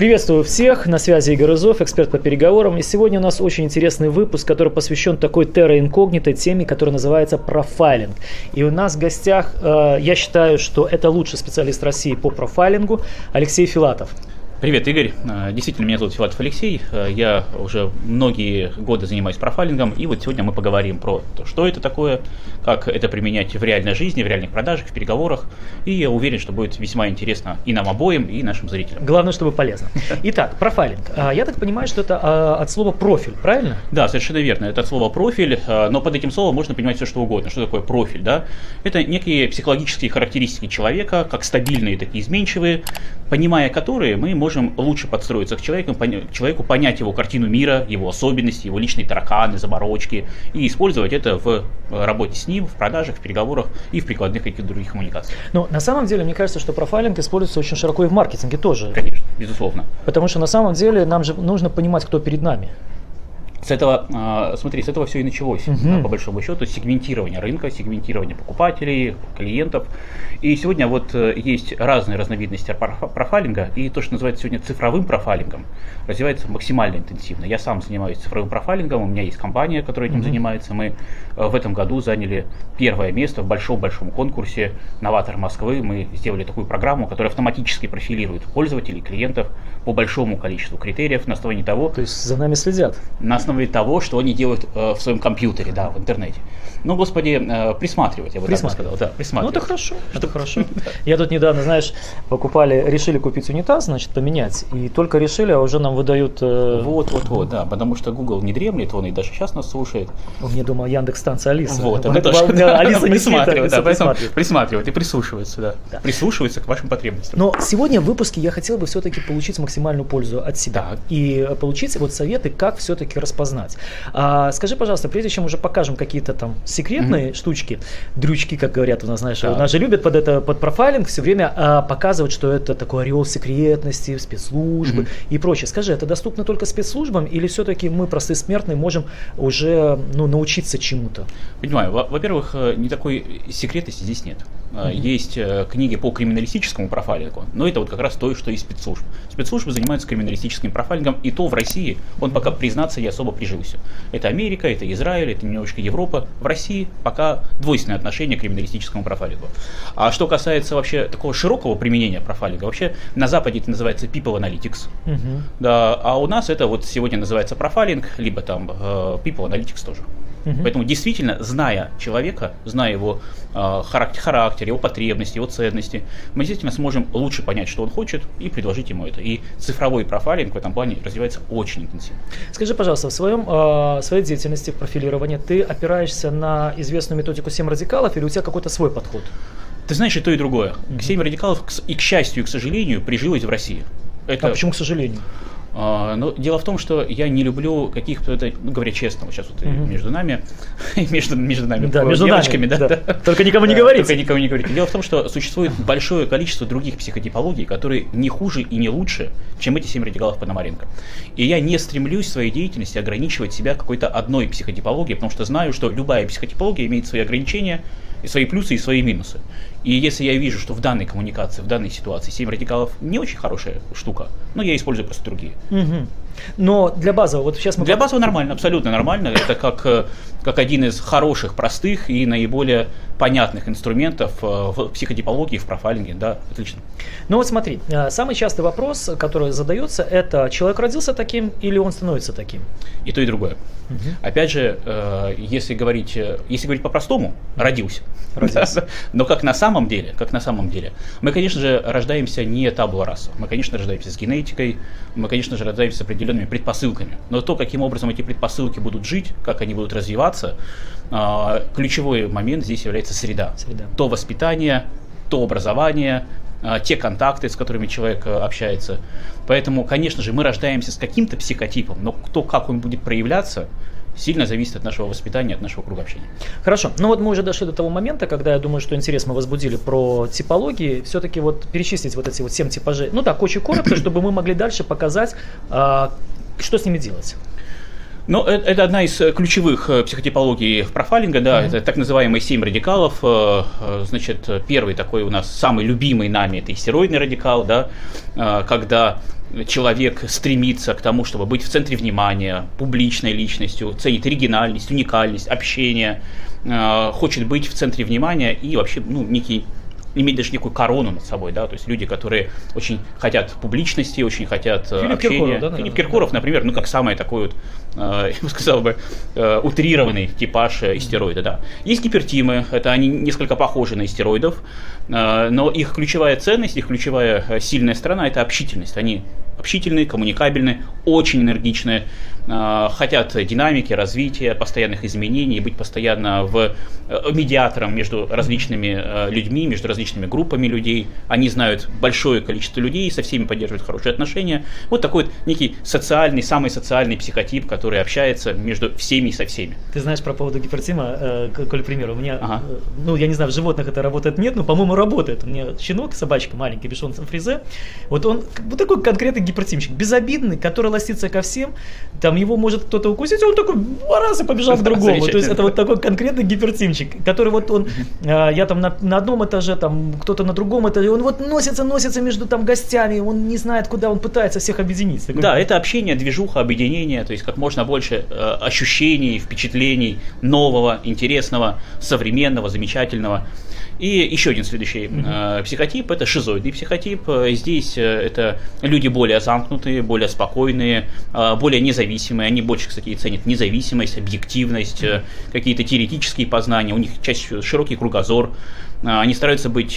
Приветствую всех, на связи Игорь Рызов, эксперт по переговорам. И сегодня у нас очень интересный выпуск, который посвящен такой терра инкогнито теме, которая называется профайлинг. И у нас в гостях, я считаю, что это лучший специалист России по профайлингу Алексей Филатов. Привет, Игорь. Действительно, меня зовут Филатов Алексей. Я уже многие годы занимаюсь профайлингом, и вот сегодня мы поговорим про то, что это такое, как это применять в реальной жизни, в реальных продажах, в переговорах. И я уверен, что будет весьма интересно и нам обоим, и нашим зрителям. Главное, чтобы полезно. Итак, профайлинг. Я так понимаю, что это от слова профиль, правильно? Да, совершенно верно. Это от слова профиль, но под этим словом можно понимать все, что угодно. Что такое профиль, да? Это некие психологические характеристики человека, как стабильные, так и изменчивые, понимая которые, мы можем лучше подстроиться к человеку, понять его картину мира, его особенности, его личные тараканы, заморочки, и использовать это в работе с ним, в продажах, в переговорах и в прикладных каких-то других коммуникациях. Но на самом деле, мне кажется, что профайлинг используется очень широко и в маркетинге тоже. Конечно, безусловно. Потому что на самом деле нам же нужно понимать, кто перед нами. С этого все и началось, по большому счету, сегментирование рынка, сегментирование покупателей, клиентов. И сегодня вот есть разные разновидности профайлинга, и то, что называется сегодня цифровым профайлингом, развивается максимально интенсивно. Я сам занимаюсь цифровым профайлингом, у меня есть компания, которая этим занимается. Мы в этом году заняли первое место в большом-большом конкурсе «Новатор Москвы». Мы сделали такую программу, которая автоматически профилирует пользователей, клиентов по большому количеству критериев на основании того... То есть за нами следят? На основе того, что они делают в своем компьютере, да, в интернете. Ну, господи, присматривать, я бы так сказал. Да, присматривать. Ну, это хорошо, это хорошо. Я тут недавно, знаешь, решили купить унитаз, значит, поменять, и только решили, а уже нам выдают... Вот, да, потому что Google не дремлет, он и даже сейчас нас слушает. Я думал, Яндекс-станция Алиса. Вот, Алиса присматривает и прислушивается, да. Прислушивается к вашим потребностям. Но сегодня в выпуске я хотел бы все-таки получить максимальную пользу от себя. И получить вот советы, как все-таки распознать. Скажи, пожалуйста, прежде чем уже покажем какие-то там секретные штучки, дрючки, как говорят у нас, знаешь, у нас же любят под профайлинг все время показывать, что это такой ореол секретности, спецслужбы и прочее. Скажи, это доступно только спецслужбам или все-таки мы, простые смертные, можем уже научиться чему-то? Понимаю. Во-первых, никакой секретности здесь нет. Есть книги по криминалистическому профайлингу, но это вот как раз то, что и спецслужб. Спецслужбы занимаются криминалистическим профайлингом, и то в России он пока, признаться, не особо прижился. Это Америка, это Израиль, это немножечко Европа. В России пока двойственное отношение к криминалистическому профайлингу. А что касается вообще такого широкого применения профайлинга, вообще на Западе это называется People Analytics, да, а у нас это вот сегодня называется профайлинг, либо там People Analytics тоже. Поэтому действительно, зная человека, зная его характер, его потребности, его ценности, мы действительно сможем лучше понять, что он хочет, и предложить ему это. И цифровой профайлинг в этом плане развивается очень интенсивно. Скажи, пожалуйста, в своей деятельности, в профилировании, ты опираешься на известную методику 7 радикалов или у тебя какой-то свой подход? Ты знаешь, и то, и другое. 7 радикалов, и к счастью, и к сожалению, прижилось в России. А почему к сожалению? Но дело в том, что я не люблю каких-то, говоря честно, вот сейчас вот между нами, между нами, да, между девочками, нами, да. Только никому не говорите. Только никому не говорите. Дело в том, что существует большое количество других психотипологий, которые не хуже и не лучше, чем эти 7 радикалов Пономаренко. И я не стремлюсь в своей деятельности ограничивать себя какой-то одной психотипологией, потому что знаю, что любая психотипология имеет свои ограничения, и свои плюсы, и свои минусы. И если я вижу, что в данной коммуникации, в данной ситуации 7 радикалов не очень хорошая штука, но я использую просто другие. Но для базового, вот сейчас мы... Для базового нормально, абсолютно нормально. Это как один из хороших, простых и наиболее понятных инструментов в психотипологии, в профайлинге, да, отлично. Ну вот смотри, самый частый вопрос, который задается, это человек родился таким или он становится таким? И то, и другое. Опять же, если говорить по-простому, родился. Но как на самом деле, мы, конечно же, рождаемся не табула раса. Мы, конечно, рождаемся с генетикой, мы, конечно же, рождаемся с определенными предпосылками. Но то, каким образом эти предпосылки будут жить, как они будут развиваться, ключевой момент здесь является среда. То воспитание, то образование, те контакты, с которыми человек общается. Поэтому, конечно же, мы рождаемся с каким-то психотипом, но то, как он будет проявляться, сильно зависит от нашего воспитания, от нашего круга общения. Хорошо. Ну вот мы уже дошли до того момента, когда я думаю, что интерес мы возбудили про типологии. Все-таки вот перечислить вот эти вот 7 типажей. Ну так, очень коротко, чтобы мы могли дальше показать, что с ними делать. Ну, это одна из ключевых психотипологий профайлинга, да, это так называемые 7 радикалов. Значит, первый такой у нас, самый любимый нами, это истероидный радикал, да, когда человек стремится к тому, чтобы быть в центре внимания, публичной личностью, ценит оригинальность, уникальность, общение, хочет быть в центре внимания и вообще, иметь даже некую корону над собой, да, то есть люди, которые очень хотят публичности, очень хотят Филипп общения. Киркоров, да, Филипп Киркоров, например, как самый такой вот, я бы сказал бы, утрированный типаж истероида, да. Есть гипертимы, это они несколько похожи на истероидов, но их ключевая ценность, их ключевая сильная сторона – это общительность. Они общительные, коммуникабельные, очень энергичные, хотят динамики, развития, постоянных изменений, быть постоянно медиатором между различными людьми, между различными группами людей. Они знают большое количество людей, со всеми поддерживают хорошие отношения. Вот такой вот некий социальный, самый социальный психотип, который общается между всеми и со всеми. Ты знаешь, про поводу гипертима, к примеру, у меня, я не знаю, в животных это работает, нет, но, по-моему, работает. У меня щенок, собачка маленький, бишон фризе, вот он вот такой конкретный гипертимчик, безобидный, который ластится ко всем, там его может кто-то укусить, он такой раз и побежал к другому. То есть это вот такой конкретный гипертимчик, который вот он, я там на одном этаже, там кто-то на другом этаже, он вот носится между там гостями, он не знает, куда он пытается всех объединить. Да, это общение, движуха, объединение, то есть как можно больше ощущений, впечатлений нового, интересного, современного, замечательного. И еще один следующий психотип – это шизоидный психотип. Здесь это люди более замкнутые, более спокойные, более независимые. Они больше, кстати, ценят независимость, объективность, какие-то теоретические познания. У них чаще всего широкий кругозор. Они стараются быть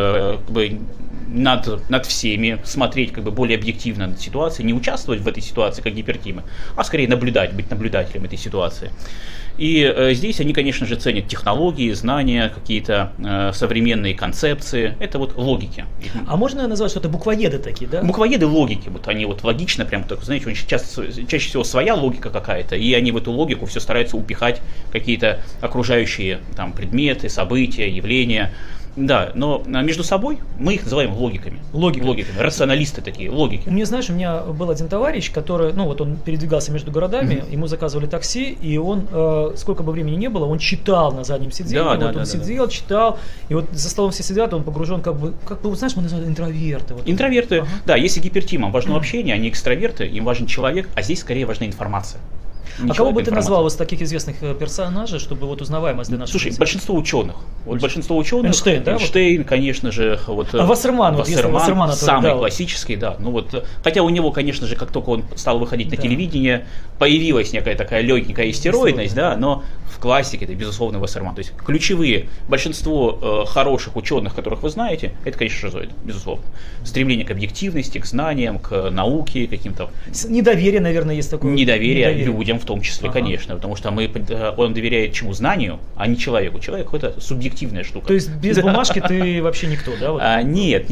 над всеми, смотреть более объективно на ситуацию, не участвовать в этой ситуации как гипертимы, а скорее быть наблюдателем этой ситуации. И здесь они, конечно же, ценят технологии, знания, какие-то современные концепции. Это вот логики. А можно назвать, что это буквоеды такие, да? Буквоеды логики. Вот они вот логично, прям так, знаете, у них чаще всего своя логика какая-то, и они в эту логику все стараются упихать какие-то окружающие там предметы, события, явления. Да, но между собой мы их называем логиками. Логиками. Рационалисты такие, логики. У меня был один товарищ, который, он передвигался между городами, ему заказывали такси, и он, сколько бы времени не было, он читал на заднем сиденье, сидел, читал, и вот за столом все сидят, он погружен знаешь, мы называем интроверты. Вот. Интроверты, да, если гипертимам важно общение, они экстраверты, им важен человек, а здесь скорее важна информация. Кого бы ты назвал из таких известных персонажей, чтобы узнаваемость для наших Слушай, людей? Большинство ученых. Эйнштейн, да? Эйнштейн, конечно же. Вассерман, самый классический, да. Хотя у него, конечно же, как только он стал выходить на телевидение, появилась некая такая легенькая истероидность, да, но в классике это, безусловно, Вассерман. То есть ключевые, большинство хороших ученых, которых вы знаете, это, конечно, шизоиды, безусловно. Стремление к объективности, к знаниям, к науке, каким-то... Недоверие, наверное, есть такое. Недоверие людям в том числе, конечно, потому что он доверяет чему? Знанию, а не человеку. Человек – это субъективная штука. То есть без бумажки ты вообще никто, да? Вот? Нет,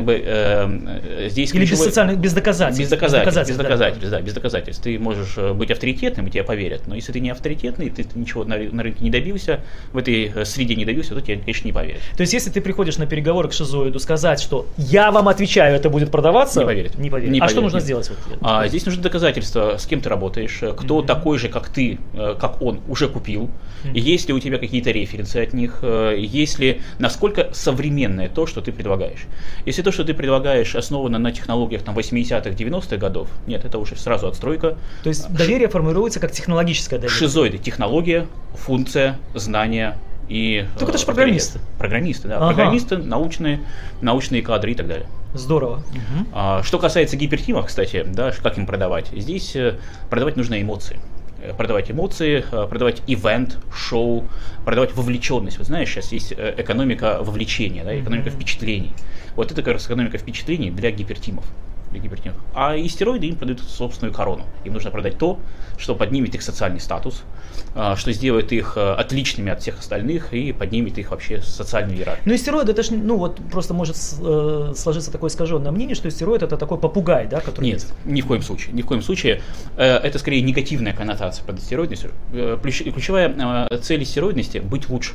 здесь или без доказательств. Без доказательств. Ты можешь быть авторитетным, и тебе поверят, но если ты не авторитетный, ты ничего на рынке не добился, в этой среде не добился, то тебе, конечно, не поверят. То есть если ты приходишь на переговоры к шизоиду сказать, что я вам отвечаю, это будет продаваться, не поверят. А что нужно сделать? Здесь нужны доказательства, с кем ты работаешь, кто такой же, как ты, как он, уже купил, есть ли у тебя какие-то референсы от них, есть ли, насколько современное то, что ты предлагаешь. Если то, что ты предлагаешь, основано на технологиях 80-х, 90-х годов, нет, это уже сразу отстройка. То есть доверие формируется как технологическое доверие. Шизоиды, технология, функция, знания и... Так это же программисты. Программисты, да. Программисты, научные кадры и так далее. Здорово. Что касается гипертимов, кстати, да, как им продавать? Здесь продавать нужно эмоции. Продавать эмоции, продавать ивент, шоу, продавать вовлеченность. Вот знаешь, сейчас есть экономика вовлечения, да, экономика впечатлений. Вот это как раз экономика впечатлений для гипертимов. А истероиды им продают собственную корону. Им нужно продать то, что поднимет их социальный статус, что сделает их отличными от всех остальных и поднимет их вообще социальную иерархию. Но истероид это ж, просто может сложиться такое искаженное мнение, что истероид это такой попугай, да, который Нет, есть. Ни в коем случае. Это скорее негативная коннотация под истероидностью. Ключевая цель истероидности – быть лучшим.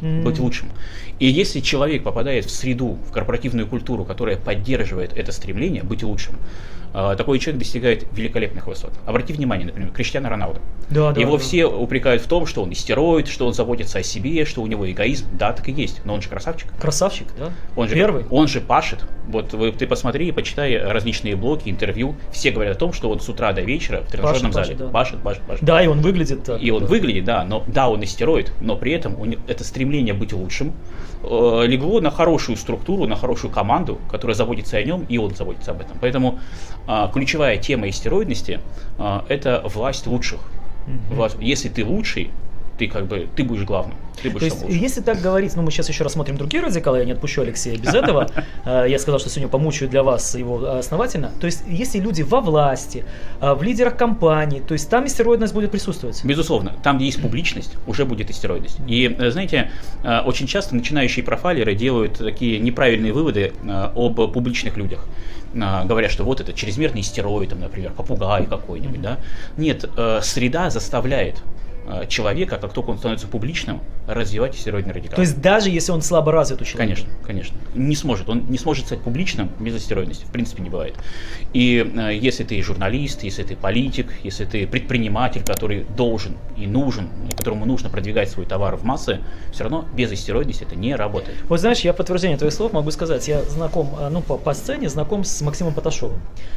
быть лучшим. И если человек попадает в среду, в корпоративную культуру, которая поддерживает это стремление быть лучшим, такой человек достигает великолепных высот. Обрати внимание, например, Криштиану Роналду. Его все упрекают в том, что он истероид, что он заботится о себе, что у него эгоизм. Да, так и есть, но он же красавчик. Красавчик, да? Первый. Он же пашет. Вот ты посмотри и почитай различные блоги, интервью. Все говорят о том, что он с утра до вечера в тренажерном зале пашет. Да, и он выглядит так. И он выглядит, да, но да, он истероид, но при этом это стремление быть лучшим легло на хорошую структуру, на хорошую команду, которая заботится о нем, и он заботится об этом. Поэтому ключевая тема истероидности это власть лучших. Если ты лучший, ты будешь главным. То есть, если так говорить, мы сейчас еще рассмотрим другие радикалы, я не отпущу Алексея без этого. Я сказал, что сегодня помучаю для вас его основательно. То есть, если люди во власти, в лидерах компаний, то есть там истероидность будет присутствовать? Безусловно. Там, где есть публичность, уже будет истероидность. И, знаете, очень часто начинающие профайлеры делают такие неправильные выводы об публичных людях. Говорят, что вот это чрезмерный истероид, там, например, попугай какой-нибудь. Да? Нет, среда заставляет человека, как только он становится публичным, развивать истероидный радикал. То есть даже если он слабо развит у человека? Конечно. Он не сможет стать публичным без истероидности. В принципе, не бывает. И если ты журналист, если ты политик, если ты предприниматель, который должен и нужен, которому нужно продвигать свой товар в массы, все равно без истероидности это не работает. Вот знаешь, я в подтверждение твоих слов могу сказать, я знаком, по сцене знаком с Максимом Паташовым.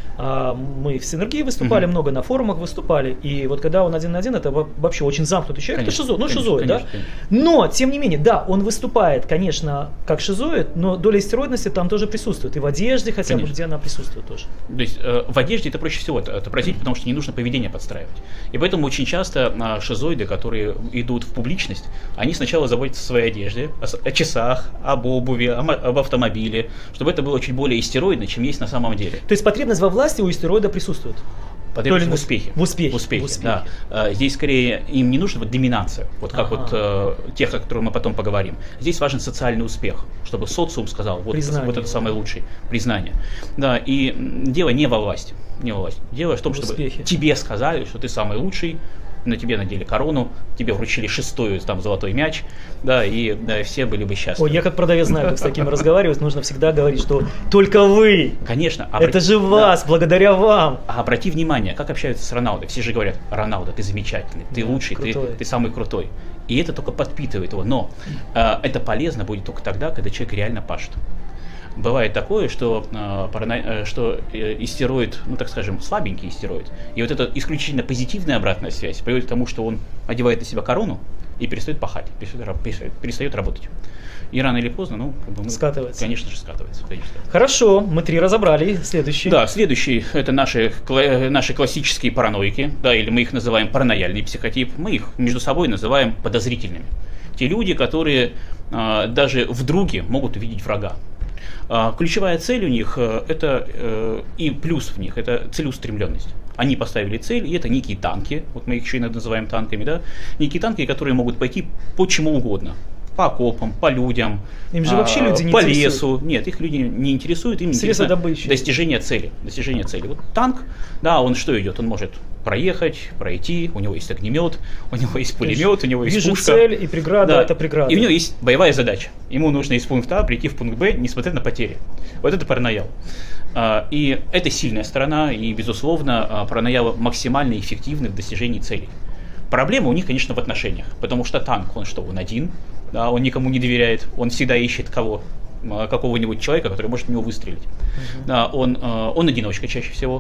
Мы в Синергии выступали, много на форумах выступали, и вот когда он один на один, это вообще очень замкнутый человек, конечно, это шизоид, да? Но, тем не менее, да, он выступает, конечно, как шизоид, но доля истероидности там тоже присутствует, и в одежде хотя бы, где она присутствует тоже. То есть в одежде это проще всего отобразить, потому что не нужно поведение подстраивать. И поэтому очень часто шизоиды, которые идут в публичность, они сначала заботятся о своей одежде, о часах, об обуви, об автомобиле, чтобы это было чуть более истероидно, чем есть на самом деле. То есть потребность во власти у истероида присутствует? Потребность в успехе. В успехе. Да. Здесь скорее им не нужна доминация, вот как тех, о которых мы потом поговорим. Здесь важен социальный успех, чтобы социум сказал, вот это самое лучшее признание. Да, и дело не во власти. Дело в том, чтобы тебе сказали, что ты самый лучший, на тебе надели корону, тебе вручили 6-й там золотой мяч, да, и все были бы счастливы. Я как продавец знаю, как с такими разговаривать, нужно всегда говорить, что только вы. Конечно. Это же вас, благодаря вам. А обрати внимание, как общаются с Роналдо. Все же говорят: Роналдо, ты замечательный, ты лучший, ты самый крутой. И это только подпитывает его. Но это полезно будет только тогда, когда человек реально пашет. Бывает такое, что истероид, так скажем, слабенький истероид, и вот эта исключительно позитивная обратная связь приводит к тому, что он одевает на себя корону и перестает пахать, перестает работать. И рано или поздно, скатывается. Конечно же, скатывается. Конечно. Хорошо, мы 3 разобрали. Следующий. Да, следующий это наши классические параноики, да, или мы их называем паранояльный психотип, мы их между собой называем подозрительными. Те люди, которые даже в друге могут увидеть врага. Ключевая цель у них и плюс в них это целеустремленность. Они поставили цель, и это некие танки, вот мы их еще иногда называем танками, да, некие танки, которые могут пойти по чему угодно. По окопам, по людям, им же вообще люди не по интересуют. Лесу. Нет, их люди не интересуют, им интересно достижение цели. Вот танк, да, он что идет? Он может проехать, пройти, у него есть огнемет, у него есть пулемет, у него есть пушка. Цель и преграда, это преграда. И у него есть боевая задача. Ему нужно из пункта А прийти в пункт Б, несмотря на потери. Вот это параноял. И это сильная сторона, и, безусловно, параноялы максимально эффективны в достижении целей. Проблема у них, конечно, в отношениях, потому что танк, он один, да, он никому не доверяет, он всегда ищет какого-нибудь человека, который может в него выстрелить. Да, он одиночка чаще всего,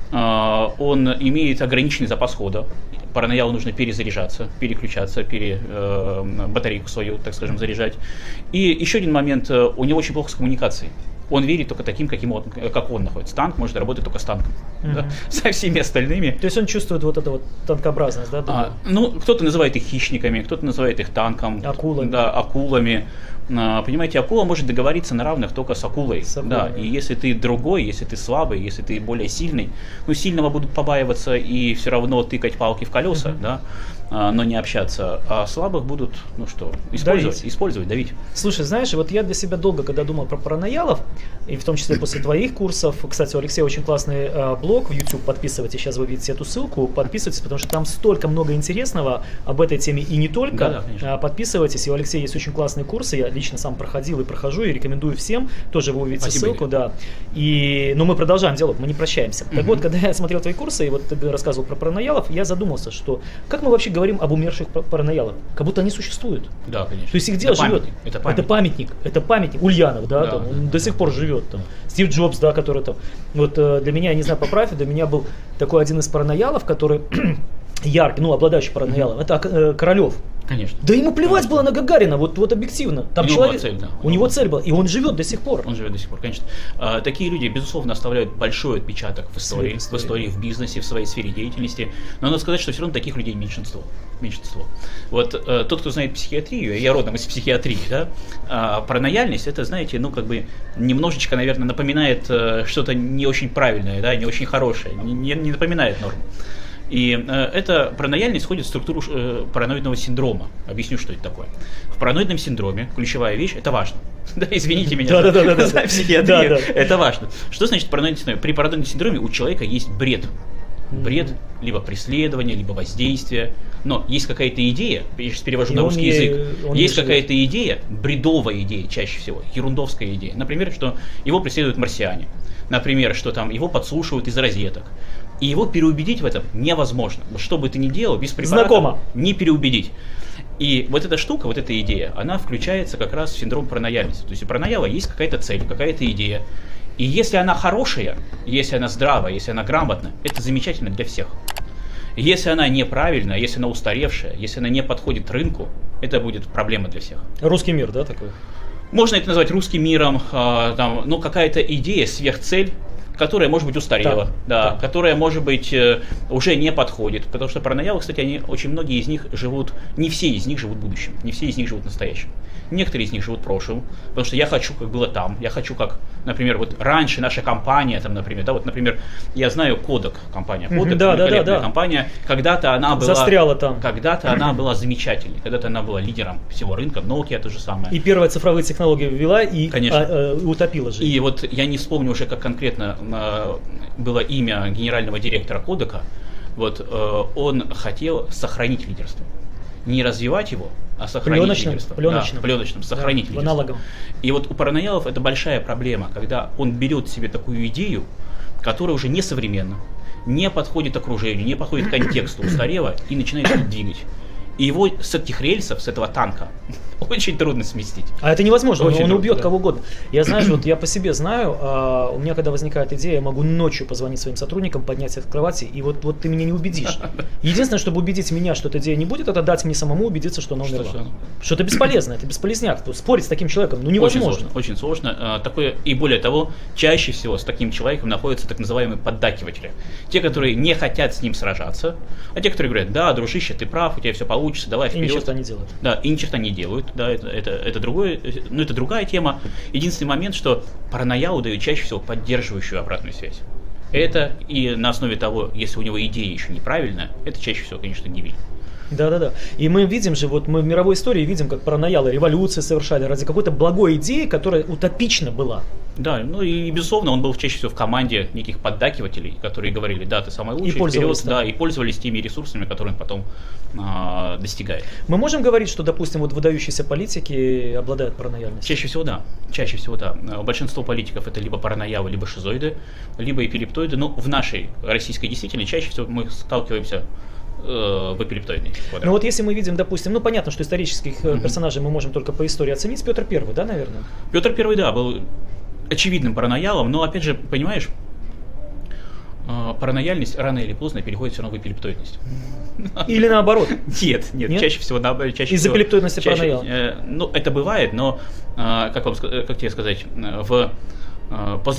он имеет ограниченный запас хода, параноялу нужно перезаряжаться, переключаться, батарейку свою, так скажем, заряжать. И еще один момент, у него очень плохо с коммуникацией. Он верит только таким, как он находится. Танк может работать только с танком. Да? Со всеми остальными. То есть он чувствует вот эту вот танкообразность, да? Кто-то называет их хищниками, кто-то называет их танком. Акулами. Да, акулами. Понимаете, акула может договориться на равных только с акулой. Да, и если ты другой, если ты слабый, если ты более сильный, ну, сильного будут побаиваться и все равно тыкать палки в колеса, да, но не общаться, а слабых будут, ну что, использовать, давить. Слушай, знаешь, вот я для себя долго, когда думал про параноялов, и в том числе после твоих курсов, кстати, у Алексея очень классный блог в YouTube, подписывайтесь, сейчас вы видите эту ссылку, подписывайтесь, потому что там столько много интересного об этой теме и не только. Да, подписывайтесь, и у Алексея есть очень классные курсы, я лично сам проходил и прохожу, и рекомендую всем, тоже вы увидите ссылку, да. Но мы продолжаем диалог, мы не прощаемся. Так вот, когда я смотрел твои курсы, и вот ты рассказывал про параноялов, я задумался, что как мы вообще говорим об умерших параноялах, как будто они существуют. Да, конечно. То есть их дело живет. Это памятник. Ульянов, да, да, там, он до сих пор живет. Там. Стив Джобс, да, который там. Вот для меня, я не знаю, поправь, для меня был такой один из параноялов, который яркий, обладающий параноялом, это Королев. Конечно. Да ему плевать было на Гагарина, вот объективно. Там человек, цель, да. У него цель была, и он живет до сих пор. Он живет до сих пор, конечно. Такие люди, безусловно, оставляют большой отпечаток в истории, в бизнесе, в своей сфере деятельности. Но надо сказать, что все равно таких людей меньшинство. Вот тот, кто знает психиатрию, я родом из психиатрии, да, паранояльность, это, знаете, немножечко, наверное, напоминает что-то не очень правильное, да, не очень хорошее, не напоминает норму. И эта паранояльность входит в структуру параноидного синдрома. Объясню, что это такое. В параноидном синдроме ключевая вещь – это важно. Да, извините меня за психиатрию, это важно. Что значит параноидный синдром? При параноидном синдроме у человека есть бред. Бред, либо преследование, либо воздействие. Но есть какая-то идея, я сейчас перевожу на русский язык, есть какая-то идея, бредовая идея чаще всего, ерундовская идея. Например, что его преследуют марсиане. Например, что там его подслушивают из розеток. И его переубедить в этом невозможно. Что бы ты ни делал, без препарата не переубедить. И вот эта штука, вот эта идея, она включается как раз в синдром паранояльности. То есть у паранояла есть какая-то цель, какая-то идея. И если она хорошая, если она здравая, если она грамотная, это замечательно для всех. Если она неправильная, если она устаревшая, если она не подходит рынку, это будет проблема для всех. Русский мир, да, такой? Можно это назвать русским миром, какая-то идея, сверхцель, которая, может быть, устарела, которая, может быть, уже не подходит. Потому что параноялы, кстати, очень многие из них живут, не все из них живут будущим, не все из них живут настоящим. Некоторые из них живут прошлым, потому что я хочу, как было там, я хочу, как, например, вот раньше наша компания, там, например, да, вот, например, я знаю Kodak, компания Kodak, великолепная компания, когда-то она была... Застряла там. Когда-то она была замечательной, когда-то она была лидером всего рынка, Nokia то же самое. И первые цифровые технологии ввела и утопила же. И вот я не вспомню уже, как конкретно было имя генерального директора Kodak, вот он хотел сохранить лидерство. Не развивать его, а сохранить лидерство. Пленочным, сохранить лидерство. Аналогом. И вот у параноялов это большая проблема, когда он берет себе такую идею, которая уже не современна, не подходит окружению, не подходит контексту, устарела, и начинает ее двигать. И его с этих рельсов, с этого танка, очень трудно сместить. А это невозможно, он убьет кого угодно. Я знаю, вот я по себе знаю, у меня когда возникает идея, я могу ночью позвонить своим сотрудникам, поднять от кровати, и вот ты меня не убедишь. Единственное, чтобы убедить меня, что эта идея не будет, это дать мне самому убедиться, что она умерла. Что это бесполезно, это бесполезняк. Спорить с таким человеком, невозможно. Очень сложно. Такое, и более того, чаще всего с таким человеком находятся так называемые поддакиватели. Те, которые не хотят с ним сражаться, а те, которые говорят: да, дружище, ты прав, у тебя все получится, давай вперед. И ни черта не делают. Да, и ни черта не делают. Да, это другая тема. Единственный момент, что параноялу дают чаще всего поддерживающую обратную связь. Это и на основе того, если у него идея еще неправильная, это чаще всего, конечно, гибель. Да. И мы видим же, вот мы в мировой истории видим, как параноялы революции совершали ради какой-то благой идеи, которая утопична была. Да, и безусловно, он был чаще всего в команде неких поддакивателей, которые говорили: да, ты самый лучший, вперед, да, и пользовались теми ресурсами, которые он потом достигает. Мы можем говорить, что, допустим, вот выдающиеся политики обладают паранояльностью? Чаще всего да. Большинство политиков это либо параноялы, либо шизоиды, либо эпилептоиды. Но в нашей российской действительности чаще всего мы сталкиваемся в эпилептоидной квадрате. Ну вот если мы видим, допустим, понятно, что исторических персонажей мы можем только по истории оценить. Петр I, да, наверное? Петр I, да, был очевидным параноялом, но опять же, понимаешь, паранояльность рано или поздно переходит все равно в эпилептоидность. Или наоборот? Нет, чаще всего из эпилептоидности параноял. Это бывает, но, как тебе сказать, на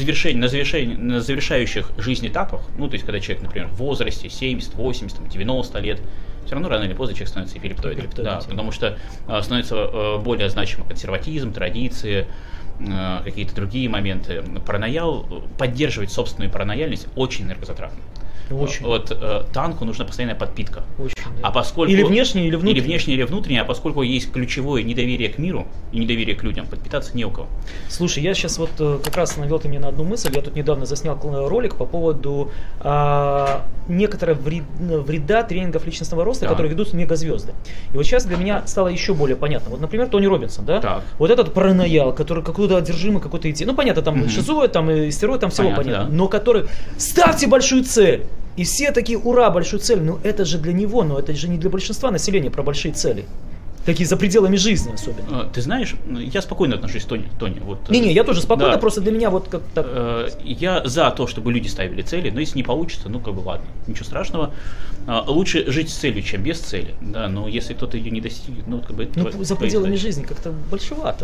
завершающих жизнь этапах, то есть когда человек, например, в возрасте 70, 80, 90 лет, все равно рано или поздно человек становится эпилептоидом. Да, тема. потому что становится более значимым консерватизм, традиции, какие-то другие моменты. Поддерживать собственную паранояльность очень энергозатратно. Очень. Вот танку нужна постоянная подпитка. Очень, да. А поскольку... Или внешне, или внутренне. Или внешне, или внутренне, а поскольку есть ключевое недоверие к миру и недоверие к людям, подпитаться не у кого. Слушай, я сейчас вот как раз навел ты мне на одну мысль. Я тут недавно заснял ролик по поводу некоторого вреда тренингов личностного роста, которые ведут мегазвезды. И вот сейчас для меня стало еще более понятно. Вот, например, Тони Роббинсон, да? Так. Вот этот параноял, который какой-то одержимый какой-то идеей. Ну, понятно, там шизоид, там и стероид, там всего понятно. Да. Но который ставьте большую цель. И все такие, ура, большую цель. Но это же для него, но это же не для большинства населения про большие цели. Такие за пределами жизни особенно. Ты знаешь, я спокойно отношусь к Тони. Вот, Не, я тоже спокойно, да. Просто для меня вот как-то... Я за то, чтобы люди ставили цели, но если не получится, ну как бы ладно, ничего страшного. Лучше жить с целью, чем без цели. Да, но если кто-то ее не достигнет, ну как бы... за пределами жизни как-то большевато.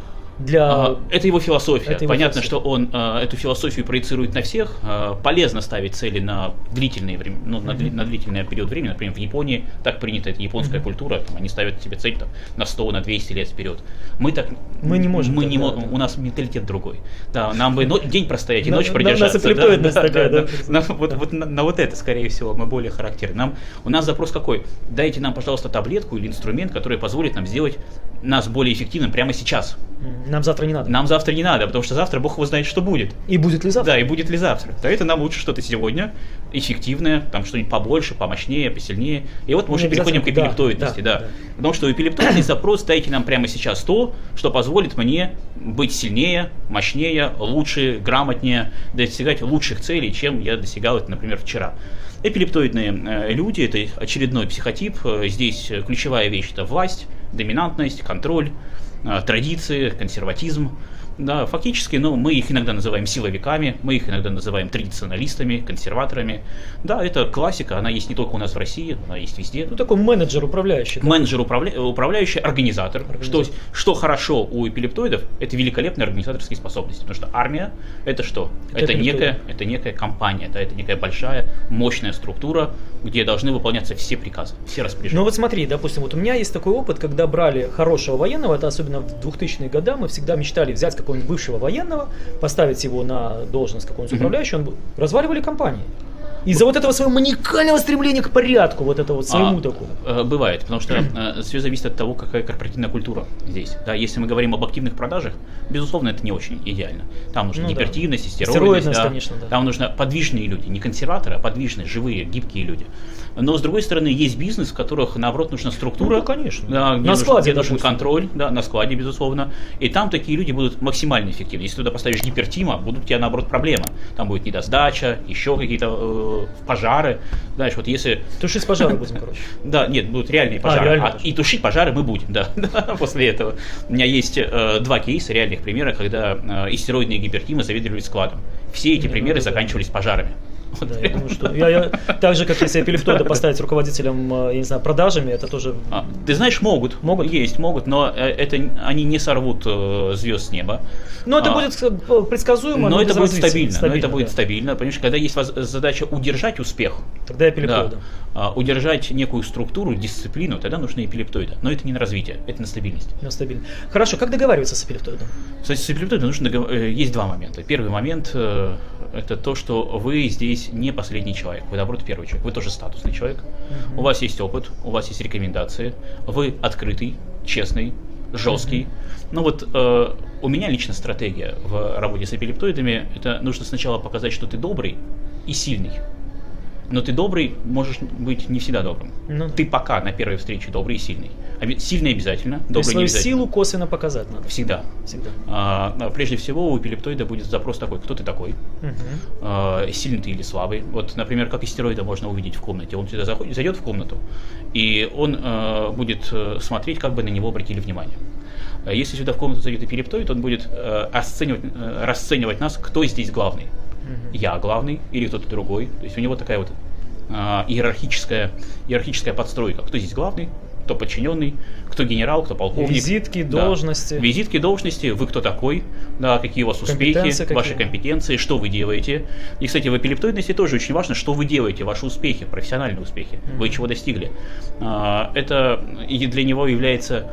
Это его философия. Это его Понятно, философия. что он эту философию проецирует на всех. Полезно ставить цели на длительное время, на длительный период времени. Например, в Японии так принято, это японская культура. Там, они ставят себе цель там, на 100, на 200 лет вперед. Мы не можем. У нас менталитет другой. Да, нам бы день простоять и ночь продержаться. У нас эпилептоидность такая, да? На вот это, скорее всего, мы более характерны. У нас запрос какой? Дайте нам, пожалуйста, таблетку или инструмент, который позволит нам сделать нас более эффективным прямо сейчас. Нам завтра не надо. Нам завтра не надо, потому что завтра Бог его знает, что будет. И будет ли завтра? Да, и будет ли завтра. То это нам лучше что-то сегодня, эффективное, там что-нибудь побольше, помощнее, посильнее. И вот мы уже переходим к эпилептоидности. Да. Потому что у эпилептоидности запрос: дайте нам прямо сейчас то, что позволит мне быть сильнее, мощнее, лучше, грамотнее, достигать лучших целей, чем я достигал это, например, вчера. Эпилептоидные люди – это очередной психотип. Здесь ключевая вещь – это власть, доминантность, контроль, традиции, консерватизм. Да, фактически, мы их иногда называем силовиками, мы их иногда называем традиционалистами, консерваторами. Да, это классика, она есть не только у нас в России, она есть везде. Ну, такой менеджер управляющий. Да? Менеджер управляющий, организатор. Что хорошо у эпилептоидов, это великолепные организаторские способности. Потому что армия – это что? Это некая компания, да, это некая большая, мощная структура, где должны выполняться все приказы, все распоряжения. Ну вот смотри, допустим, вот у меня есть такой опыт, когда брали хорошего военного, это особенно в 2000-е годы, мы всегда мечтали взять какого-нибудь бывшего военного, поставить его на должность какого-нибудь управляющего, разваливали компании. Из-за вот этого своего маниакального стремления к порядку, вот это вот своему такому. Бывает, потому что все зависит от того, какая корпоративная культура здесь. Да, если мы говорим об активных продажах, безусловно, это не очень идеально. Там нужна гипертивность, стероидность, да. Конечно, да. Там нужны подвижные люди, не консерваторы, а подвижные, живые, гибкие люди. Но, с другой стороны, есть бизнес, в которых, наоборот, нужна структура. Ну, конечно. Да, на складе, нужен контроль, да, на складе, безусловно. И там такие люди будут максимально эффективны. Если туда поставишь гипертима, будут у тебя, наоборот, проблемы. Там будет недосдача, еще какие-то пожары. Знаешь, вот если... Тушить пожары будем, короче. Да, нет, будут реальные пожары. И тушить пожары мы будем, да, после этого. У меня есть 2 кейса, реальных примера, когда истероидные гипертимы заведовали складом. Все эти примеры заканчивались пожарами. Да, я думаю, что я так же, как если эпилептоида поставить руководителем, я не знаю, продажами, это тоже... Ты знаешь, могут, но они не сорвут звезд с неба. Но это будет предсказуемо, но это будет стабильно. Понимаешь, когда есть задача удержать успех, тогда эпилептоида. Да, удержать некую структуру, дисциплину, тогда нужны эпилептоиды. Но это не на развитие, это на стабильность. Хорошо, как договариваться с эпилептоидом? Кстати, с эпилептоидом есть 2 момента. Первый момент это то, что вы здесь не последний человек, вы, наоборот, первый человек, вы тоже статусный человек, у вас есть опыт, у вас есть рекомендации, вы открытый, честный, жесткий. Ну вот у меня лично стратегия в работе с эпилептоидами, это нужно сначала показать, что ты добрый и сильный. Но ты добрый, можешь быть не всегда добрым. Ты пока на первой встрече добрый и сильный. Сильный обязательно, добрый не обязательно. То есть свою силу косвенно показать надо. Всегда. Прежде всего у эпилептоида будет запрос такой: кто ты такой? Сильный ты или слабый? Вот, например, как истероида можно увидеть в комнате. Он сюда зайдет в комнату, и он будет смотреть, как бы на него обратили внимание. Если сюда в комнату зайдет эпилептоид, он будет расценивать нас, кто здесь главный. Я главный или кто-то другой. То есть у него такая вот иерархическая подстройка. Кто здесь главный? кто подчиненный, кто генерал, кто полковник. Визитки, должности. Да. Визитки, должности, вы кто такой, да, какие у вас успехи, ваши компетенции, что вы делаете. И, кстати, в эпилептоидности тоже очень важно, что вы делаете, ваши успехи, профессиональные успехи, вы чего достигли. Это и для него является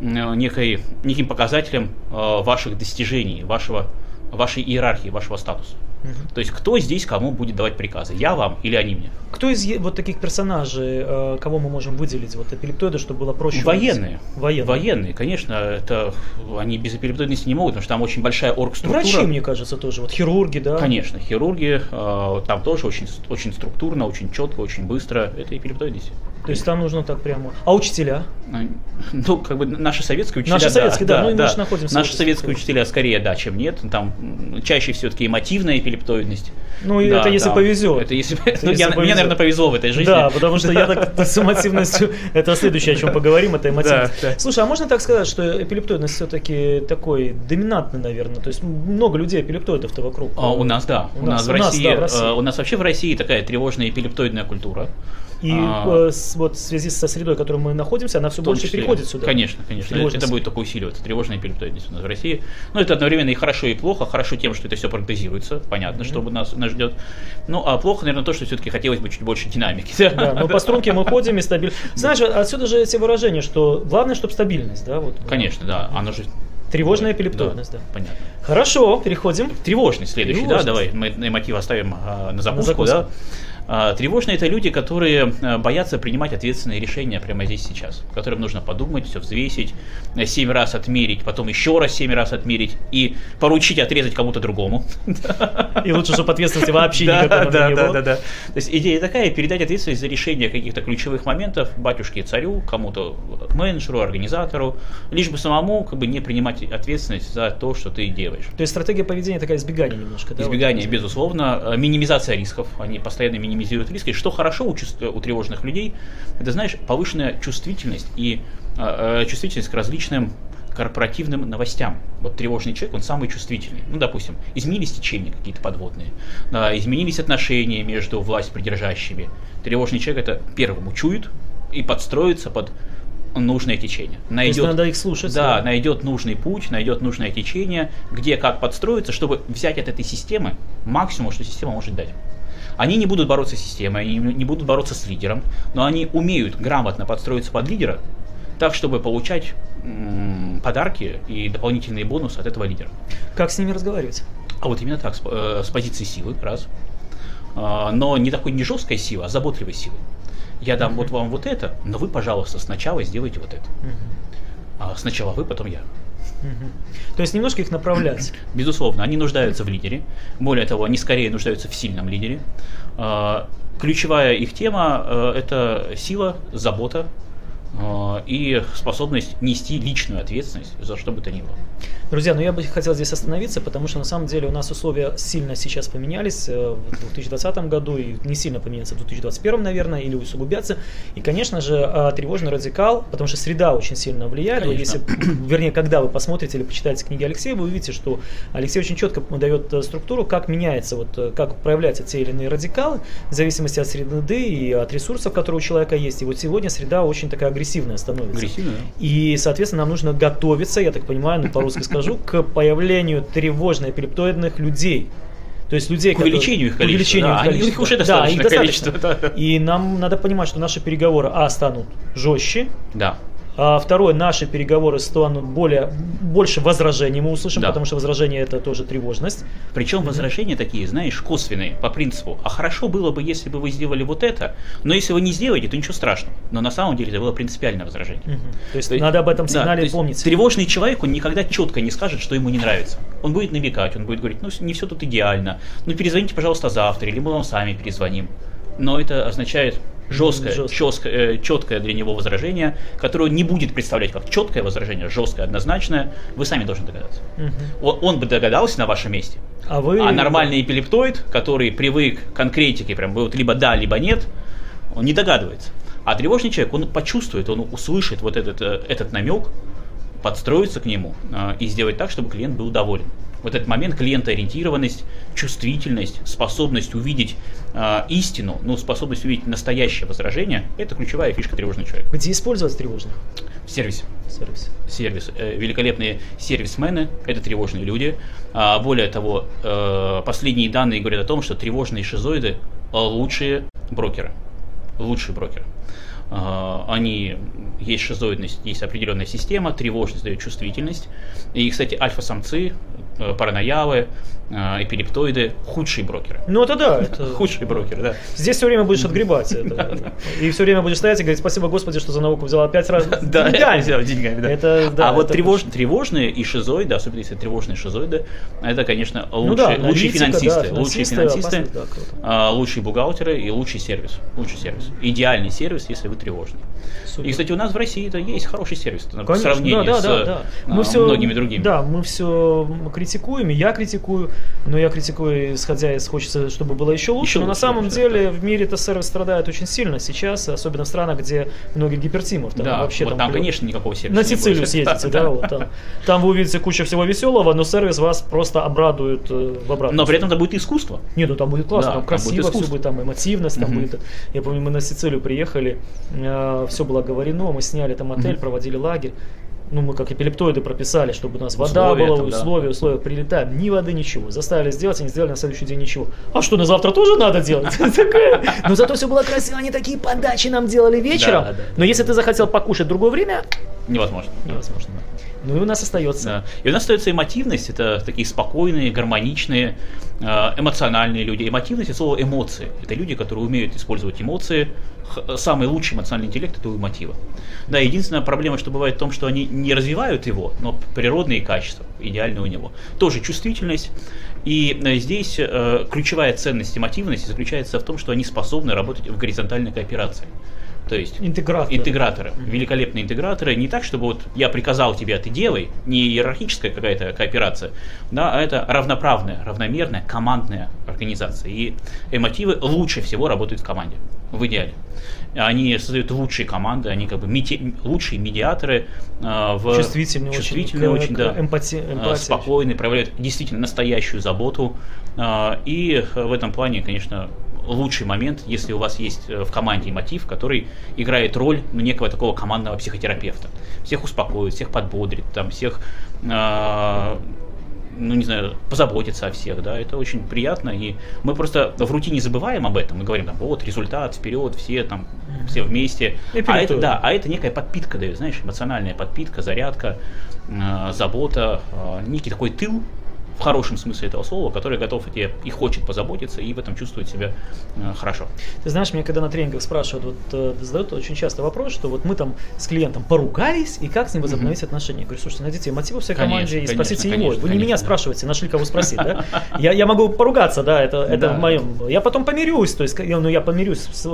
неким показателем ваших достижений, вашей иерархии, вашего статуса. То есть, кто здесь кому будет давать приказы? Я вам или они мне? Кто из вот таких персонажей, кого мы можем выделить, вот эпилептоиды, чтобы было проще? Военные, конечно, они без эпилептоидности не могут, потому что там очень большая оргструктура. Врачи, мне кажется, тоже, вот хирурги, да? Конечно, хирурги, там тоже очень структурно, очень четко, очень быстро, это эпилептоидность. То есть там нужно так прямо. А учителя? Ну, как бы наши советские учителя. Наши советские, да. Мы же находимся. Наши советские учителя скорее, да, чем нет. Там чаще все-таки эмотивная эпилептоидность. Ну, да, это если повезет. Это если мне, наверное, повезло в этой жизни. Да, потому что я так с эмотивностью. Это следующее, о чем поговорим, это эмотивность. Да. Слушай, а можно так сказать, что эпилептоидность все-таки такой доминантный, наверное? То есть много людей эпилептоидов-то вокруг. У нас, да. У нас в России. У нас вообще в России такая тревожная эпилептоидная культура. И вот в связи со средой, в которой мы находимся, она все больше переходит сюда. Конечно. Это будет только усиливаться. Тревожная эпилептоидность у нас в России. Но это одновременно и хорошо, и плохо. Хорошо тем, что это все прогнозируется. Понятно, что нас ждет. Ну, а плохо, наверное, то, что все-таки хотелось бы чуть больше динамики. Да, но по струнке мы ходим и стабильно. Знаешь, отсюда же эти выражения, что главное, чтобы стабильность, да? Вот. Конечно, да. Оно же... Тревожная эпилептоидность, да. Понятно. Хорошо, переходим. Тревожность следующий, да, давай мы мотив оставим на закуску, да. Тревожные — это люди, которые боятся принимать ответственные решения прямо здесь сейчас, которым нужно подумать, все взвесить, 7 раз отмерить, потом еще раз 7 раз отмерить и поручить отрезать кому-то другому. И лучше, чтобы ответственности вообще никакой не было. Да. То есть идея такая: передать ответственность за решение каких-то ключевых моментов батюшке, царю, кому-то менеджеру, организатору, лишь бы самому как бы не принимать ответственность за то, что ты делаешь. То есть стратегия поведения такая избегание немножко, да? Избегание, безусловно, минимизация рисков, они постоянно минимизируют риски. Что хорошо у тревожных людей, это, знаешь, повышенная чувствительность и чувствительность к различным корпоративным новостям. Вот тревожный человек, он самый чувствительный. Ну, допустим, изменились течения какие-то подводные, изменились отношения между властьпридержащими. Тревожный человек это первым учует и подстроится под нужное течение. То есть надо их слушать. Да, найдет нужный путь, найдет нужное течение, где как подстроиться, чтобы взять от этой системы максимум, что система может дать. Они не будут бороться с системой, они не будут бороться с лидером, но они умеют грамотно подстроиться под лидера, так, чтобы получать подарки и дополнительные бонусы от этого лидера. Как с ними разговаривать? А вот именно так, с позиции силы, раз. Но не такой не жесткой силы, а заботливой силы. Я дам вот вам вот это, но вы, пожалуйста, сначала сделайте вот это. Сначала вы, потом я. То есть немножко их направлять. Безусловно, они нуждаются в лидере. Более того, они скорее нуждаются в сильном лидере. Ключевая их тема – это сила, забота и способность нести личную ответственность за что бы то ни было. Друзья, я бы хотел здесь остановиться, потому что на самом деле у нас условия сильно сейчас поменялись в 2020 году и не сильно поменятся в 2021, наверное, или усугубятся. И, конечно же, тревожный радикал, потому что среда очень сильно влияет. Если, вернее, когда вы посмотрите или почитаете книги Алексея, вы увидите, что Алексей очень четко дает структуру, как меняется, как проявляются те или иные радикалы, в зависимости от среды и от ресурсов, которые у человека есть. И вот сегодня среда очень такая агрессивная становится. Агрессивная. И, соответственно, нам нужно готовиться, я так понимаю, по-русски скажу, к появлению тревожно-эпилептоидных людей. То есть людей, к увеличению их количества. У них уже достаточное количество. И нам надо понимать, что наши переговоры станут жестче. Да. Второе, наши переговоры станут больше возражений мы услышим, потому что возражение это тоже тревожность. Причем возражения такие, знаешь, косвенные, по принципу, а хорошо было бы, если бы вы сделали вот это, но если вы не сделаете, то ничего страшного. Но на самом деле это было принципиальное возражение. То есть надо об этом сигнале помнить. Тревожный человек, он никогда четко не скажет, что ему не нравится. Он будет намекать, он будет говорить, не все тут идеально, перезвоните, пожалуйста, завтра, или мы вам сами перезвоним. Но это означает четкое для него возражение, которое не будет представлять как четкое возражение, жесткое, однозначное, вы сами должны догадаться. Он бы догадался на вашем месте. А нормальный эпилептоид, который привык к конкретике, прям либо да, либо нет, он не догадывается. А тревожный человек, он почувствует, он услышит вот этот намек, подстроиться к нему и сделать так, чтобы клиент был доволен. Вот этот момент клиентоориентированность, чувствительность, способность увидеть истину, способность увидеть настоящее возражение – это ключевая фишка тревожного человека. Где использовать тревожных? В сервисе. Сервис. Великолепные сервисмены – это тревожные люди. Более того, последние данные говорят о том, что тревожные шизоиды – лучшие брокеры. Они, есть шизоидность, есть определенная система, тревожность дает чувствительность. И, кстати, альфа-самцы, параноялы, эпилептоиды – худшие брокеры. Это да. Худшие брокеры, да. Здесь все время будешь отгребать это. И все время будешь стоять и говорить: спасибо, Господи, что за науку взяла 5 раз. Да, взял деньгами, да. А вот тревожные и шизоиды, особенно если тревожные шизоиды, это, конечно, лучшие финансисты. Лучшие финансисты, лучшие бухгалтеры и лучший сервис. Идеальный сервис, если вы тревожный. И, кстати, у нас в России это есть хороший сервис по сравнению с многими другими. Да, мы все критикуем, и я критикую, но я критикую, исходя из хочется, чтобы было еще лучше. Но на самом деле в мире этот сервис страдает очень сильно сейчас, особенно в странах, где много гипертимов. Да, вообще там, конечно, никакого сервиса. На Сицилию съездите, там вы увидите кучу всего веселого, но сервис вас просто обрадует в обратном. Но при этом это будет искусство. Нет, там будет классно, там красиво все будет, там эмотивность, там будет. Я помню, мы на Сицилию приехали, все было оговорено, мы сняли там отель, проводили лагерь. Мы как эпилептоиды прописали, чтобы у нас вода была, условия, прилетаем, ни воды, ничего. Заставили сделать, они сделали на следующий день ничего. А что, на завтра тоже надо делать? Но зато все было красиво, они такие подачи нам делали вечером. Но если ты захотел покушать в другое время... Невозможно. И у нас остается. Да. И у нас остается эмотивность, это такие спокойные, гармоничные, эмоциональные люди. Эмотивность – это слово эмоции. Это люди, которые умеют использовать эмоции. Самый лучший эмоциональный интеллект – это у эмотива. Да, единственная проблема, что бывает в том, что они не развивают его, но природные качества идеальны у него. Тоже чувствительность. И здесь ключевая ценность эмотивности заключается в том, что они способны работать в горизонтальной кооперации. То есть интеграторы, великолепные интеграторы, не так, чтобы вот я приказал тебе, а ты делай, не иерархическая какая-то кооперация, да, а это равноправная, равномерная, командная организация. И эмотивы лучше всего работают в команде, в идеале. Они создают лучшие команды, они как бы лучшие медиаторы, чувствительные очень, да, эмпатия, спокойные, проявляют действительно настоящую заботу. И в этом плане, конечно, лучший момент, если у вас есть в команде эмотив, который играет роль некого такого командного психотерапевта. Всех успокоит, всех подбодрит, всех, позаботится о всех, да, это очень приятно, и мы просто в рутине забываем об этом, мы говорим, вот, результат, вперед, все вместе, а это некая подпитка дает, знаешь, эмоциональная подпитка, зарядка, забота, некий такой тыл, в хорошем смысле этого слова, который готов и хочет позаботиться, и в этом чувствует себя хорошо. Ты знаешь, меня когда на тренингах спрашивают, задают очень часто вопрос, что вот мы там с клиентом поругались, и как с ним возобновить отношения? Я говорю: слушайте, найдите мотивы в своей команде и спросите его. Вы не меня спрашиваете, нашли кого спросить, да? Я могу поругаться, да, это в моем. Я потом помирюсь, то есть, я помирюсь с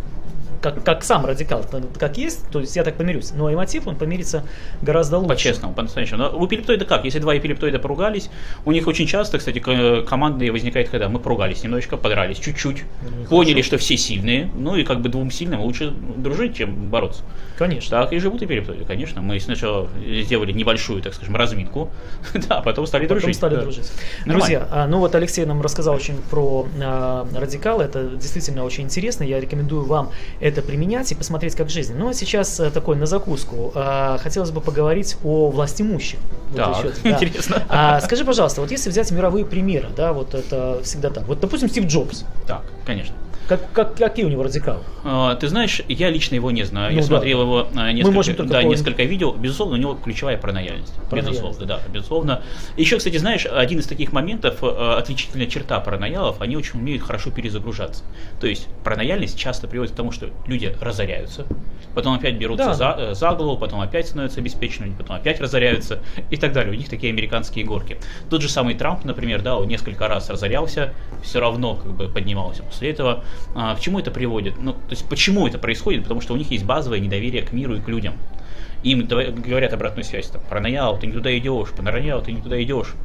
как сам радикал, как есть, то есть я так помирюсь. Но эмотив, он помирится гораздо лучше. По-честному, по-настоящему. Но у эпилептоида как? Если два эпилептоида поругались, у них очень часто, кстати, командные возникает, когда мы поругались немножечко, подрались чуть-чуть, поняли, что все сильные, и как бы двум сильным лучше дружить, чем бороться. Конечно. Так и живут эпилептоиды, конечно. Мы сначала сделали небольшую, так скажем, разминку, а потом стали дружить. Друзья, Алексей нам рассказал очень про радикалы, это действительно очень интересно, я рекомендую вам это применять и посмотреть, как жизнь. Но сейчас такой на закуску. Хотелось бы поговорить о властимущих. Интересно. Скажи, пожалуйста, вот если взять мировые примеры, да, вот это всегда так. Вот, допустим, Стив Джобс. Так, конечно. Какие у него радикалы? Ты знаешь, я лично его не знаю. Я смотрел его несколько видео. Безусловно, у него ключевая паранояльность. Безусловно. Еще, кстати, знаешь, один из таких моментов, отличительная черта параноялов, они очень умеют хорошо перезагружаться. То есть паранояльность часто приводит к тому, что люди разоряются, потом опять берутся за голову, потом опять становятся обеспеченными, потом опять разоряются и так далее. У них такие американские горки. Тот же самый Трамп, например, он несколько раз разорялся, все равно как бы поднимался после этого. К чему это приводит? То есть почему это происходит? Потому что у них есть базовое недоверие к миру и к людям. Им говорят обратную связь, параноял, ты не туда идешь, параноял, ты не туда идешь.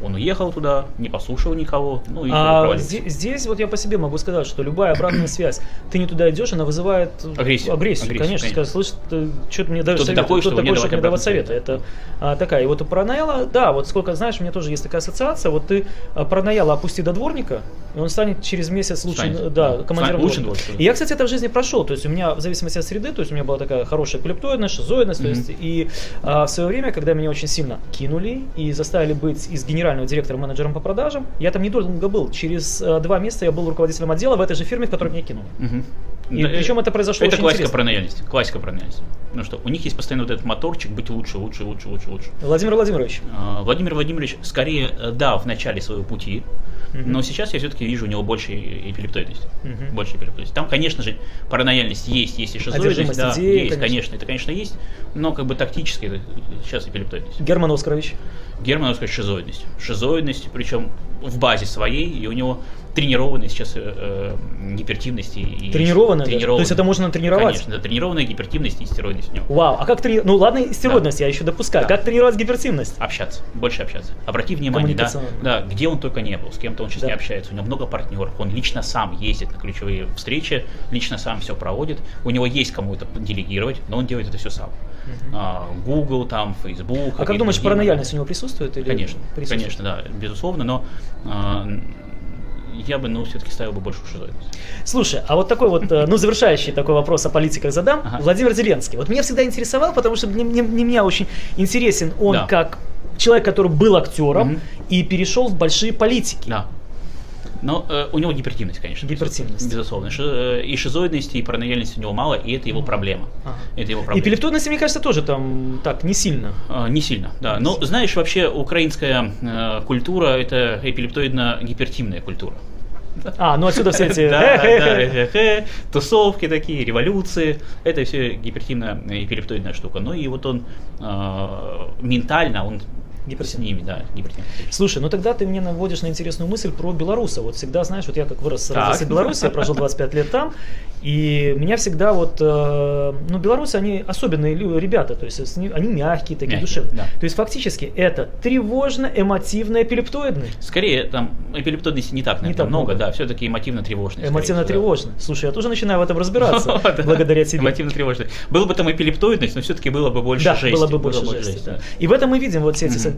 Он уехал туда, не послушал никого, ну и провалился. Здесь вот я по себе могу сказать, что любая обратная связь, ты не туда идешь, она вызывает агрессию. Конечно. Скажешь, слышь, что ты мне даешь совет? Кто такой, чтобы мне давать советы? Это такая. И вот у паранояла, да, вот сколько, знаешь, у меня тоже есть такая ассоциация, вот ты паранояла опусти до дворника, и он станет через месяц лучшим, командиром дворника. И я, кстати, это в жизни прошел, то есть у меня в зависимости от среды, то есть у меня была такая хорошая эпилептоидность, шизоидность, то есть и в свое время, когда меня очень сильно кинули и заставили быть из генерального директора менеджером по продажам, я там недолго был, через 2 месяца я был руководителем отдела в этой же фирме, в которой меня кинули. И причем это произошло очень интересно. Классика паранояльности. Ну что, у них есть постоянно вот этот моторчик быть лучше. Владимир Владимирович. Владимир Владимирович, скорее, да, в начале своего пути, но сейчас я все-таки вижу у него больше эпилептоидности. Там, конечно же, паранояльность есть и шизоидность, да, есть, конечно, это, конечно, есть, но как бы тактически это сейчас эпилептоидность. Герман Оскарович. Герман Оскарович шизоидность, причем в базе своей, и у него тренированная сейчас гипертивность. Тренированная? То есть это можно тренировать? Конечно, да, тренированная гипертивность и стероидность у него. Вау, а как тренировать? Ну ладно, стероидность я еще допускаю. Как тренировать гипертивность? Больше общаться. Обрати внимание, где он только не был, с кем-то он сейчас не общается. У него много партнеров, он лично сам ездит на ключевые встречи, лично сам все проводит. У него есть кому это делегировать, но он делает это все сам. Google, там, Facebook. А как думаешь, паранояльность у него присутствует? Или конечно, да, безусловно, но я бы, все-таки ставил бы больше шизоидность. Слушай, а вот такой вот, завершающий такой вопрос о политиках задам. Владимир Зеленский. Вот меня всегда интересовал, потому что мне очень интересен он как человек, который был актером и перешел в большие политики. Да. Но у него гипертивность, конечно. Гипертивность. Безусловно. И шизоидности, и паранояльности у него мало, и это его проблема. Эпилептоидности, мне кажется, тоже там так, не сильно. Не сильно, да. Но, знаешь, вообще украинская культура – это эпилептоидно-гипертивная культура. Отсюда все эти тусовки такие, революции. Это все гипертивно-эпилептоидная штука. Ну и вот он ментально, он с ними, да, гипертивно. Слушай, тогда ты мне наводишь на интересную мысль про белоруса. Вот всегда, знаешь, вот я как вырос в Беларуси, я прожил 25 лет там, и меня всегда белорусы, они особенные ребята, то есть они мягкие, такие душевные. Да. То есть фактически это тревожно-эмотивная эпилептоидность. Скорее, там эпилептоидности не так много, да, все-таки эмотивно-тревожность. Эмотивно-тревожность. Слушай, я тоже начинаю в этом разбираться, благодаря тебе. Эмотивно-тревожность. Было бы там эпилептоидность, но все-таки было бы больше жести. Да, было бы больше жести. И в этом мы видим вот все эти...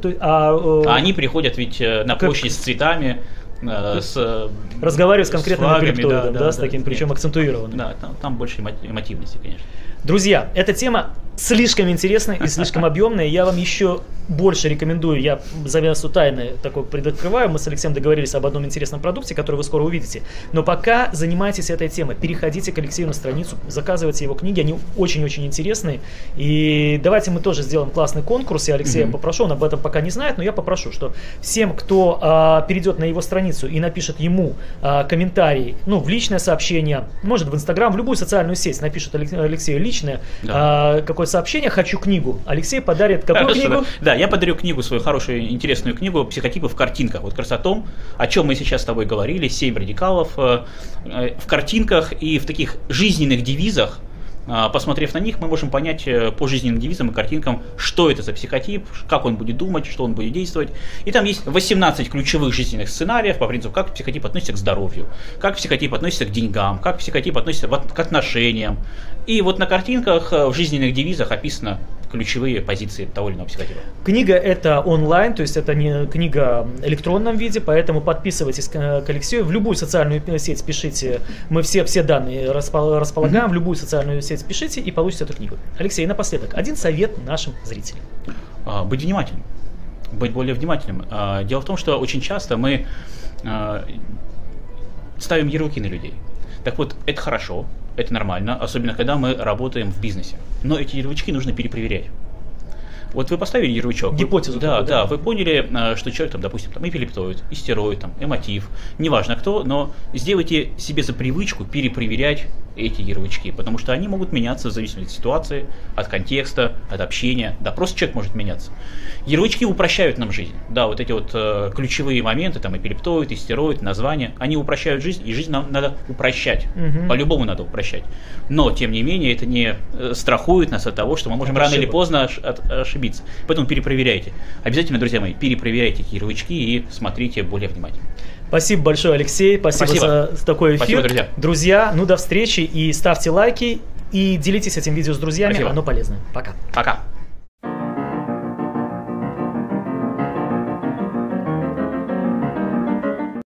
они приходят ведь на площадь с цветами, разговаривать с конкретным эпилептоидом, с таким, причем акцентуированным. Да, там больше эмотивности, конечно. Друзья, эта тема слишком интересная и слишком объемная. Я вам еще больше рекомендую, я завесу тайны такой предоткрываю. Мы с Алексеем договорились об одном интересном продукте, который вы скоро увидите. Но пока занимайтесь этой темой. Переходите к Алексею на страницу, заказывайте его книги, они очень-очень интересные. И давайте мы тоже сделаем классный конкурс. Я Алексея попрошу, он об этом пока не знает, но я попрошу, что всем, кто перейдет на его страницу и напишет ему комментарий, в личное сообщение, может в Инстаграм, в любую социальную сеть, напишет Алексею личное какое сообщение «Хочу книгу», Алексей подарит какую книгу? Да, я подарю книгу, свою хорошую, интересную книгу «Психотипы в картинках». Вот как раз о том, о чем мы сейчас с тобой говорили, 7 радикалов в картинках и в таких жизненных девизах. Посмотрев на них, мы можем понять по жизненным девизам и картинкам, что это за психотип, как он будет думать, что он будет действовать. И там есть 18 ключевых жизненных сценариев по принципу, как психотип относится к здоровью, как психотип относится к деньгам, как психотип относится к отношениям. И вот на картинках в жизненных девизах описано ключевые позиции того или иного психотипа. Книга это онлайн, то есть это не книга в электронном виде, поэтому подписывайтесь к Алексею, в любую социальную сеть пишите, мы все данные располагаем, в любую социальную сеть пишите и получите эту книгу. Алексей, напоследок, один совет нашим зрителям. Быть внимательным, быть более внимательным. Дело в том, что очень часто мы ставим ярлыки на людей. Так вот, это хорошо, это нормально, особенно когда мы работаем в бизнесе. Но эти ярлычки нужно перепроверять. Вот вы поставили ярлычок. Гипотезу. Да, вы поняли, что человек, допустим, эпилептоид, истероид, эмотив, неважно кто, но сделайте себе за привычку перепроверять эти ярлычки, потому что они могут меняться в зависимости от ситуации, от контекста, от общения, да, просто человек может меняться. Ярлычки упрощают нам жизнь, да, вот эти вот ключевые моменты, там, эпилептоид, истероид, названия, они упрощают жизнь, и жизнь нам надо упрощать, по-любому надо упрощать. Но, тем не менее, это не страхует нас от того, что мы можем рано или поздно ошибиться. Поэтому перепроверяйте. Обязательно, друзья мои, перепроверяйте эти ярлычки и смотрите более внимательно. Спасибо большое, Алексей. Спасибо за такой эфир. Спасибо, друзья, ну до встречи и ставьте лайки и делитесь этим видео с друзьями. Спасибо. Оно полезно. Пока. Пока.